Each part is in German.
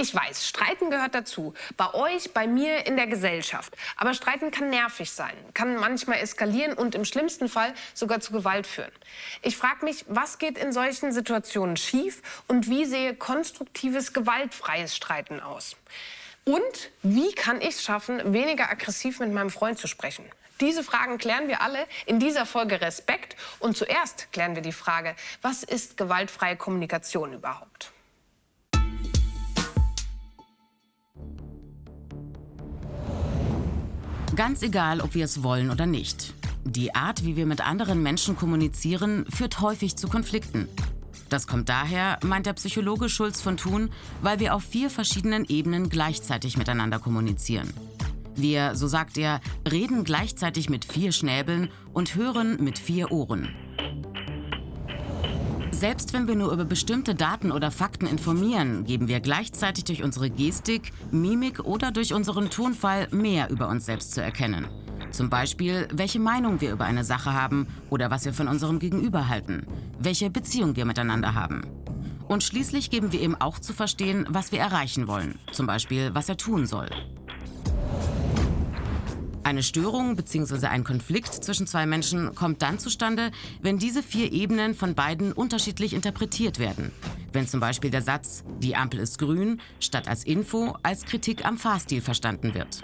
Ich weiß, Streiten gehört dazu. Bei euch, bei mir, in der Gesellschaft. Aber Streiten kann nervig sein, kann manchmal eskalieren und im schlimmsten Fall sogar zu Gewalt führen. Ich frage mich, was geht in solchen Situationen schief und wie sehe konstruktives, gewaltfreies Streiten aus? Und wie kann ich es schaffen, weniger aggressiv mit meinem Freund zu sprechen? Diese Fragen klären wir alle in dieser Folge Respekt. Und zuerst klären wir die Frage, was ist gewaltfreie Kommunikation überhaupt? Ganz egal, ob wir es wollen oder nicht. Die Art, wie wir mit anderen Menschen kommunizieren, führt häufig zu Konflikten. Das kommt daher, meint der Psychologe Schulz von Thun, weil wir auf 4 verschiedenen Ebenen gleichzeitig miteinander kommunizieren. Wir, so sagt er, reden gleichzeitig mit 4 Schnäbeln und hören mit 4 Ohren. Selbst wenn wir nur über bestimmte Daten oder Fakten informieren, geben wir gleichzeitig durch unsere Gestik, Mimik oder durch unseren Tonfall mehr über uns selbst zu erkennen. Zum Beispiel, welche Meinung wir über eine Sache haben oder was wir von unserem Gegenüber halten, welche Beziehung wir miteinander haben. Und schließlich geben wir ihm auch zu verstehen, was wir erreichen wollen, zum Beispiel, was er tun soll. Eine Störung bzw. ein Konflikt zwischen 2 Menschen kommt dann zustande, wenn diese 4 Ebenen von beiden unterschiedlich interpretiert werden. Wenn zum Beispiel der Satz „Die Ampel ist grün" statt als Info als Kritik am Fahrstil verstanden wird.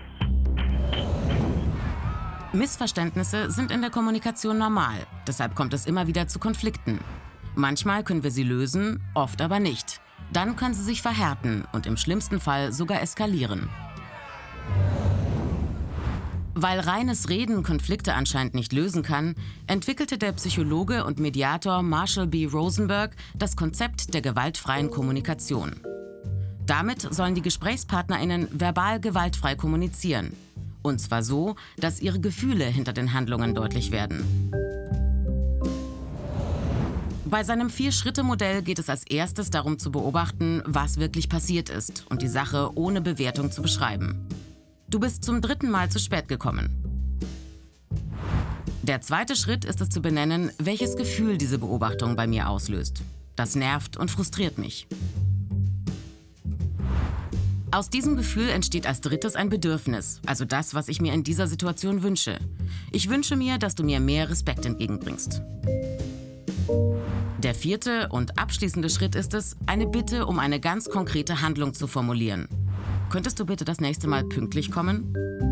Missverständnisse sind in der Kommunikation normal, deshalb kommt es immer wieder zu Konflikten. Manchmal können wir sie lösen, oft aber nicht. Dann können sie sich verhärten und im schlimmsten Fall sogar eskalieren. Weil reines Reden Konflikte anscheinend nicht lösen kann, entwickelte der Psychologe und Mediator Marshall B. Rosenberg das Konzept der gewaltfreien Kommunikation. Damit sollen die GesprächspartnerInnen verbal gewaltfrei kommunizieren. Und zwar so, dass ihre Gefühle hinter den Handlungen deutlich werden. Bei seinem 4-Schritte-Modell geht es als erstes darum zu beobachten, was wirklich passiert ist und die Sache ohne Bewertung zu beschreiben. Du bist zum 3. Mal zu spät gekommen. Der 2. Schritt ist es zu benennen, welches Gefühl diese Beobachtung bei mir auslöst. Das nervt und frustriert mich. Aus diesem Gefühl entsteht als 3. ein Bedürfnis, also das, was ich mir in dieser Situation wünsche. Ich wünsche mir, dass du mir mehr Respekt entgegenbringst. Der 4. und abschließende Schritt ist es, eine Bitte um eine ganz konkrete Handlung zu formulieren. Könntest du bitte das nächste Mal pünktlich kommen?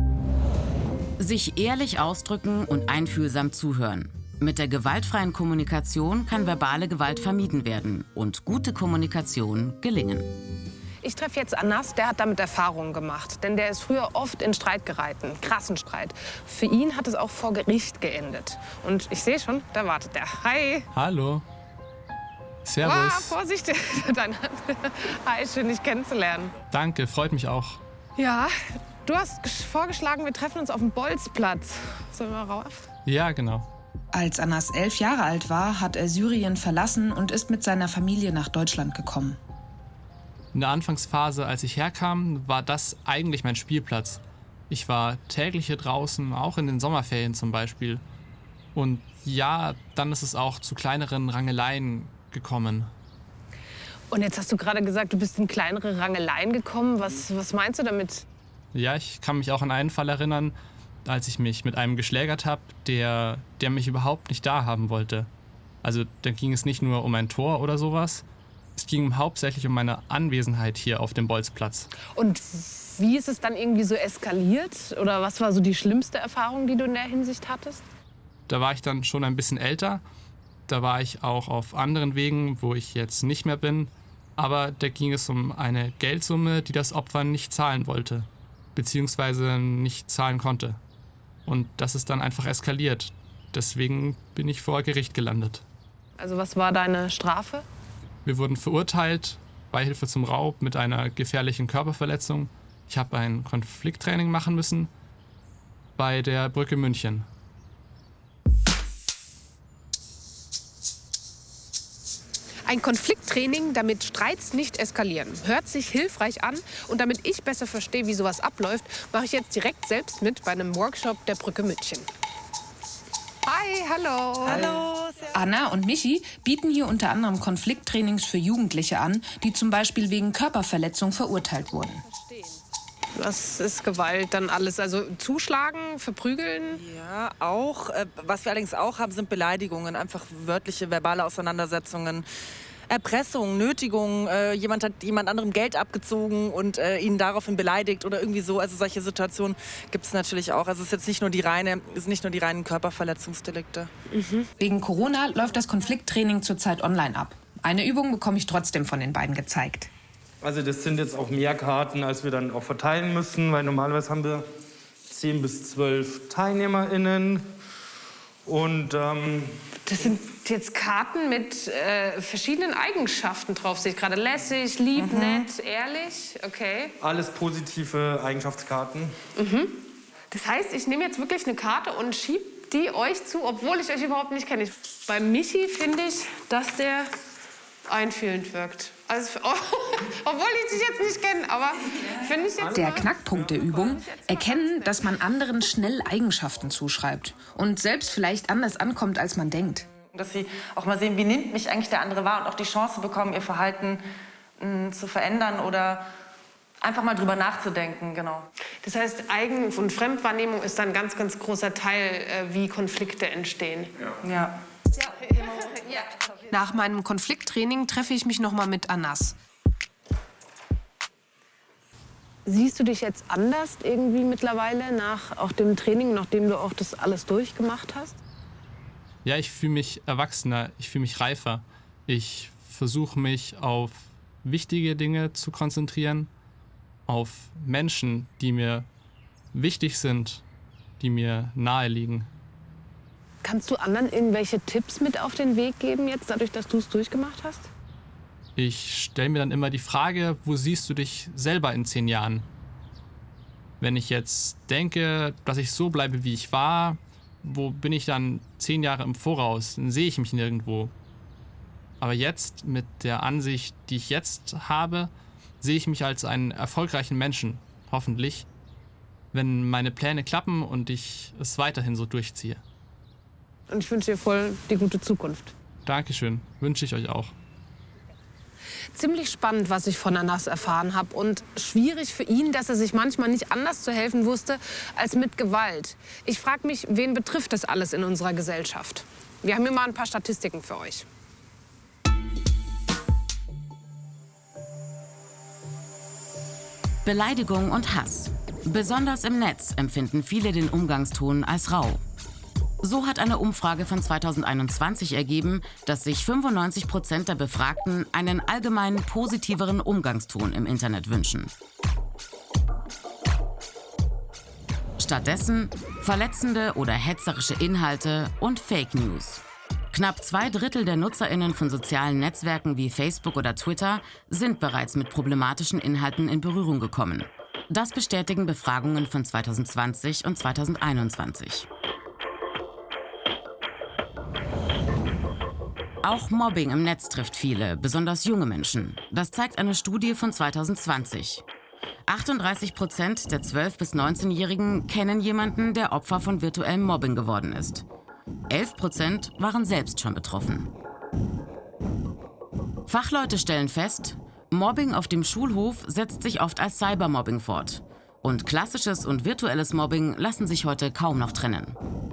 Sich ehrlich ausdrücken und einfühlsam zuhören. Mit der gewaltfreien Kommunikation kann verbale Gewalt vermieden werden und gute Kommunikation gelingen. Ich treffe jetzt Anas, der hat damit Erfahrungen gemacht. Denn der ist früher oft in Streit geraten, krassen Streit. Für ihn hat es auch vor Gericht geendet. Und ich sehe schon, da wartet er. Hi. Hallo. Servus. Wow, Vorsicht, deine Hand. Hi, schön, dich kennenzulernen. Danke, freut mich auch. Ja, du hast vorgeschlagen, wir treffen uns auf dem Bolzplatz. Sollen wir rauf? Ja, genau. Als Anas 11 Jahre alt war, hat er Syrien verlassen und ist mit seiner Familie nach Deutschland gekommen. In der Anfangsphase, als ich herkam, war das eigentlich mein Spielplatz. Ich war täglich hier draußen, auch in den Sommerferien zum Beispiel. Und ja, dann ist es auch zu kleineren Rangeleien gekommen. Und jetzt hast du gerade gesagt, du bist in kleinere Rangeleien gekommen. Was meinst du damit? Ja, ich kann mich auch an einen Fall erinnern, als ich mich mit einem geschlägert habe, der mich überhaupt nicht da haben wollte. Also da ging es nicht nur um ein Tor oder sowas, es ging hauptsächlich um meine Anwesenheit hier auf dem Bolzplatz. Und wie ist es dann irgendwie so eskaliert? Oder was war so die schlimmste Erfahrung, die du in der Hinsicht hattest? Da war ich dann schon ein bisschen älter. Da war ich auch auf anderen Wegen, wo ich jetzt nicht mehr bin. Aber da ging es um eine Geldsumme, die das Opfer nicht zahlen wollte, beziehungsweise nicht zahlen konnte. Und das ist dann einfach eskaliert. Deswegen bin ich vor Gericht gelandet. Also was war deine Strafe? Wir wurden verurteilt, Beihilfe zum Raub mit einer gefährlichen Körperverletzung. Ich habe ein Konflikttraining machen müssen bei der Brücke München. Ein Konflikttraining, damit Streits nicht eskalieren. Hört sich hilfreich an. Und damit ich besser verstehe, wie sowas abläuft, mache ich jetzt direkt selbst mit bei einem Workshop der Brücke München. Hi, hallo. Hallo, Anna und Michi bieten hier unter anderem Konflikttrainings für Jugendliche an, die zum Beispiel wegen Körperverletzung verurteilt wurden. Was ist Gewalt dann alles? Also zuschlagen, verprügeln? Ja, auch. Was wir allerdings auch haben, sind Beleidigungen, einfach wörtliche, verbale Auseinandersetzungen. Erpressung, Nötigung, jemand hat jemand anderem Geld abgezogen und ihn daraufhin beleidigt oder irgendwie so. Also solche Situationen gibt es natürlich auch. Also es ist jetzt nicht nur die reinen Körperverletzungsdelikte. Wegen Corona läuft das Konflikttraining zurzeit online ab. Eine Übung bekomme ich trotzdem von den beiden gezeigt. Also das sind jetzt auch mehr Karten, als wir dann auch verteilen müssen, weil normalerweise haben wir 10 bis 12 TeilnehmerInnen. Und Das sind jetzt Karten mit verschiedenen Eigenschaften drauf. Sehe ich gerade lässig, lieb, nett, ehrlich. Okay. alles positive Eigenschaftskarten. Das heißt, ich nehme jetzt wirklich eine Karte und schiebe die euch zu, obwohl ich euch überhaupt nicht kenne. Bei Michi finde ich, dass der einfühlend wirkt. Also, obwohl ich dich jetzt nicht kenne, aber finde ich jetzt... Der Knackpunkt der Übung: erkennen, dass man anderen schnell Eigenschaften zuschreibt und selbst vielleicht anders ankommt, als man denkt. Dass sie auch mal sehen, wie nimmt mich eigentlich der andere wahr und auch die Chance bekommen, ihr Verhalten zu verändern oder einfach mal drüber nachzudenken, genau. Das heißt, Eigen- und Fremdwahrnehmung ist ein ganz, ganz großer Teil, wie Konflikte entstehen. Ja. Nach meinem Konflikttraining treffe ich mich noch mal mit Anas. Siehst du dich jetzt anders irgendwie mittlerweile nach auch dem Training, nachdem du auch das alles durchgemacht hast? Ja, ich fühle mich erwachsener, ich fühle mich reifer. Ich versuche mich auf wichtige Dinge zu konzentrieren, auf Menschen, die mir wichtig sind, die mir nahe liegen. Kannst du anderen irgendwelche Tipps mit auf den Weg geben jetzt, dadurch, dass du es durchgemacht hast? Ich stelle mir dann immer die Frage, wo siehst du dich selber in 10 Jahren? Wenn ich jetzt denke, dass ich so bleibe, wie ich war, wo bin ich dann 10 Jahre im Voraus? Dann sehe ich mich nirgendwo. Aber jetzt, mit der Ansicht, die ich jetzt habe, sehe ich mich als einen erfolgreichen Menschen, hoffentlich, wenn meine Pläne klappen und ich es weiterhin so durchziehe. Und ich wünsche dir voll die gute Zukunft. Dankeschön, wünsche ich euch auch. Ziemlich spannend, was ich von Anas erfahren habe. Und schwierig für ihn, dass er sich manchmal nicht anders zu helfen wusste als mit Gewalt. Ich frage mich, wen betrifft das alles in unserer Gesellschaft? Wir haben hier mal ein paar Statistiken für euch. Beleidigung und Hass. Besonders im Netz empfinden viele den Umgangston als rau. So hat eine Umfrage von 2021 ergeben, dass sich 95% der Befragten einen allgemein positiveren Umgangston im Internet wünschen. Stattdessen verletzende oder hetzerische Inhalte und Fake News. Knapp 2/3 der NutzerInnen von sozialen Netzwerken wie Facebook oder Twitter sind bereits mit problematischen Inhalten in Berührung gekommen. Das bestätigen Befragungen von 2020 und 2021. Auch Mobbing im Netz trifft viele, besonders junge Menschen. Das zeigt eine Studie von 2020. 38% der 12- bis 19-Jährigen kennen jemanden, der Opfer von virtuellem Mobbing geworden ist. 11% waren selbst schon betroffen. Fachleute stellen fest, Mobbing auf dem Schulhof setzt sich oft als Cybermobbing fort. Und klassisches und virtuelles Mobbing lassen sich heute kaum noch trennen.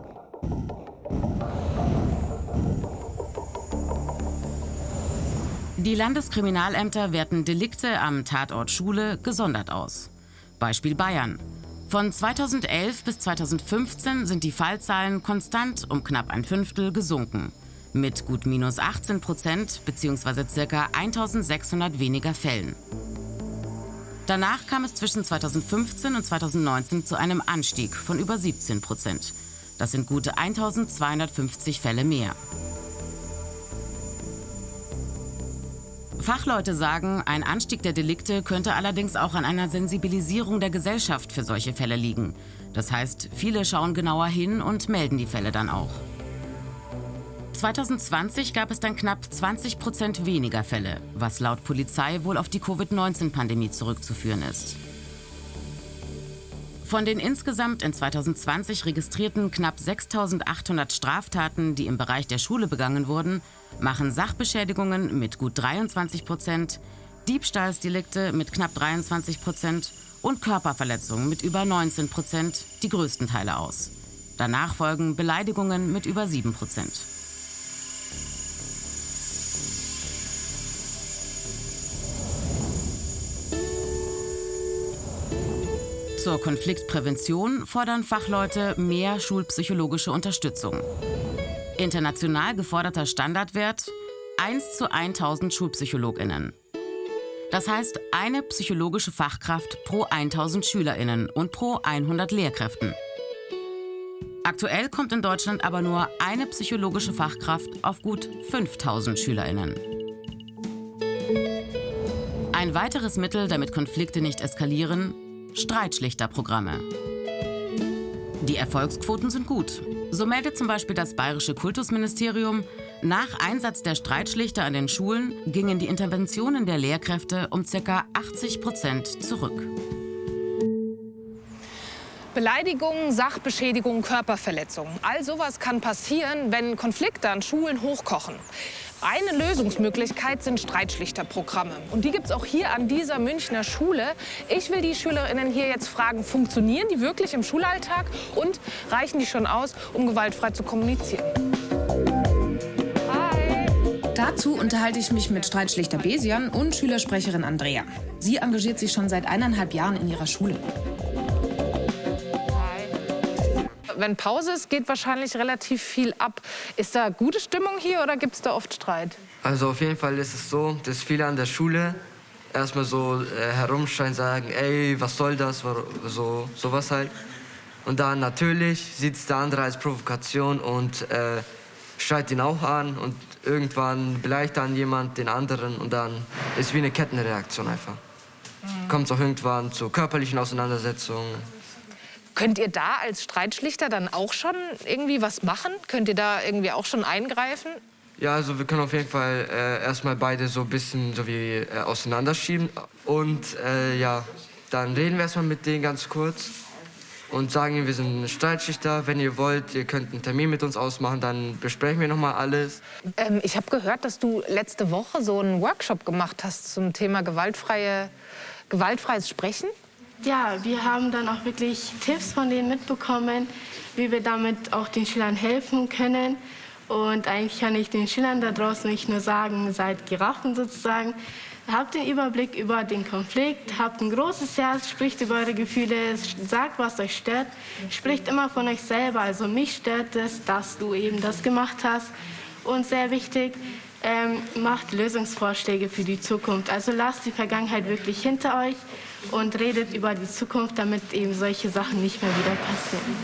Die Landeskriminalämter werten Delikte am Tatort Schule gesondert aus. Beispiel Bayern. Von 2011 bis 2015 sind die Fallzahlen konstant um knapp ein Fünftel gesunken. Mit gut minus 18% bzw. ca. 1600 weniger Fällen. Danach kam es zwischen 2015 und 2019 zu einem Anstieg von über 17%. Das sind gute 1250 Fälle mehr. Fachleute sagen, ein Anstieg der Delikte könnte allerdings auch an einer Sensibilisierung der Gesellschaft für solche Fälle liegen. Das heißt, viele schauen genauer hin und melden die Fälle dann auch. 2020 gab es dann knapp 20% weniger Fälle, was laut Polizei wohl auf die Covid-19-Pandemie zurückzuführen ist. Von den insgesamt in 2020 registrierten knapp 6.800 Straftaten, die im Bereich der Schule begangen wurden, machen Sachbeschädigungen mit gut 23%, Diebstahlsdelikte mit knapp 23% und Körperverletzungen mit über 19% die größten Teile aus. Danach folgen Beleidigungen mit über 7%. Zur Konfliktprävention fordern Fachleute mehr schulpsychologische Unterstützung. International geforderter Standardwert: 1 zu 1000 SchulpsychologInnen. Das heißt, eine psychologische Fachkraft pro 1000 SchülerInnen und pro 100 Lehrkräften. Aktuell kommt in Deutschland aber nur eine psychologische Fachkraft auf gut 5000 SchülerInnen. Ein weiteres Mittel, damit Konflikte nicht eskalieren: Streitschlichterprogramme. Die Erfolgsquoten sind gut. So meldet zum Beispiel das Bayerische Kultusministerium, nach Einsatz der Streitschlichter an den Schulen gingen die Interventionen der Lehrkräfte um ca. 80% zurück. Beleidigungen, Sachbeschädigungen, Körperverletzungen. All sowas kann passieren, wenn Konflikte an Schulen hochkochen. Eine Lösungsmöglichkeit sind Streitschlichterprogramme. Und die gibt es auch hier an dieser Münchner Schule. Ich will die SchülerInnen hier jetzt fragen, funktionieren die wirklich im Schulalltag und reichen die schon aus, um gewaltfrei zu kommunizieren? Hi. Dazu unterhalte ich mich mit Streitschlichter Besian und Schülersprecherin Andrea. Sie engagiert sich schon seit 1,5 Jahren in ihrer Schule. Wenn Pause ist, geht wahrscheinlich relativ viel ab. Ist da gute Stimmung hier oder gibt es da oft Streit? Also auf jeden Fall ist es so, dass viele an der Schule erstmal so herumschreien, sagen, ey, was soll das, sowas halt. Und dann natürlich sieht es der andere als Provokation und schreit ihn auch an und irgendwann beleidigt dann jemand den anderen und dann ist wie eine Kettenreaktion einfach. Kommt es auch irgendwann zu körperlichen Auseinandersetzungen. Könnt ihr da als Streitschlichter dann auch schon irgendwie was machen? Könnt ihr da irgendwie auch schon eingreifen? Ja, also wir können auf jeden Fall erstmal beide so ein bisschen so wie auseinanderschieben. Und ja, dann reden wir erstmal mit denen ganz kurz und sagen ihnen, wir sind Streitschlichter. Wenn ihr wollt, ihr könnt einen Termin mit uns ausmachen, dann besprechen wir nochmal alles. Ich habe gehört, dass du letzte Woche so einen Workshop gemacht hast zum Thema gewaltfreies Sprechen. Ja, wir haben dann auch wirklich Tipps von denen mitbekommen, wie wir damit auch den Schülern helfen können. Und eigentlich kann ich den Schülern da draußen nicht nur sagen, seid Giraffen sozusagen. Habt den Überblick über den Konflikt, habt ein großes Herz, spricht über eure Gefühle, sagt, was euch stört. Spricht immer von euch selber. Also mich stört es, dass du eben das gemacht hast. Und sehr wichtig, macht Lösungsvorschläge für die Zukunft. Also lasst die Vergangenheit wirklich hinter euch und redet über die Zukunft, damit eben solche Sachen nicht mehr wieder passieren.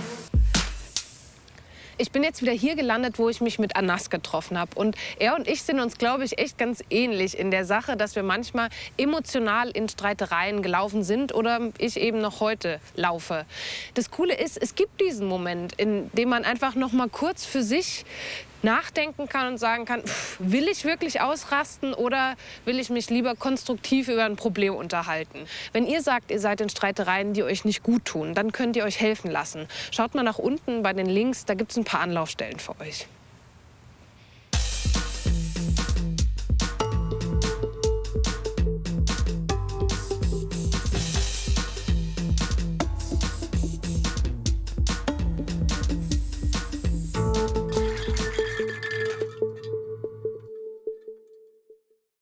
Ich bin jetzt wieder hier gelandet, wo ich mich mit Anas getroffen habe. Und er und ich sind uns, glaube ich, echt ganz ähnlich in der Sache, dass wir manchmal emotional in Streitereien gelaufen sind oder ich eben noch heute laufe. Das Coole ist, es gibt diesen Moment, in dem man einfach noch mal kurz für sich nachdenken kann und sagen kann, will ich wirklich ausrasten oder will ich mich lieber konstruktiv über ein Problem unterhalten? Wenn ihr sagt, ihr seid in Streitereien, die euch nicht gut tun, dann könnt ihr euch helfen lassen. Schaut mal nach unten bei den Links, da gibt es ein paar Anlaufstellen für euch.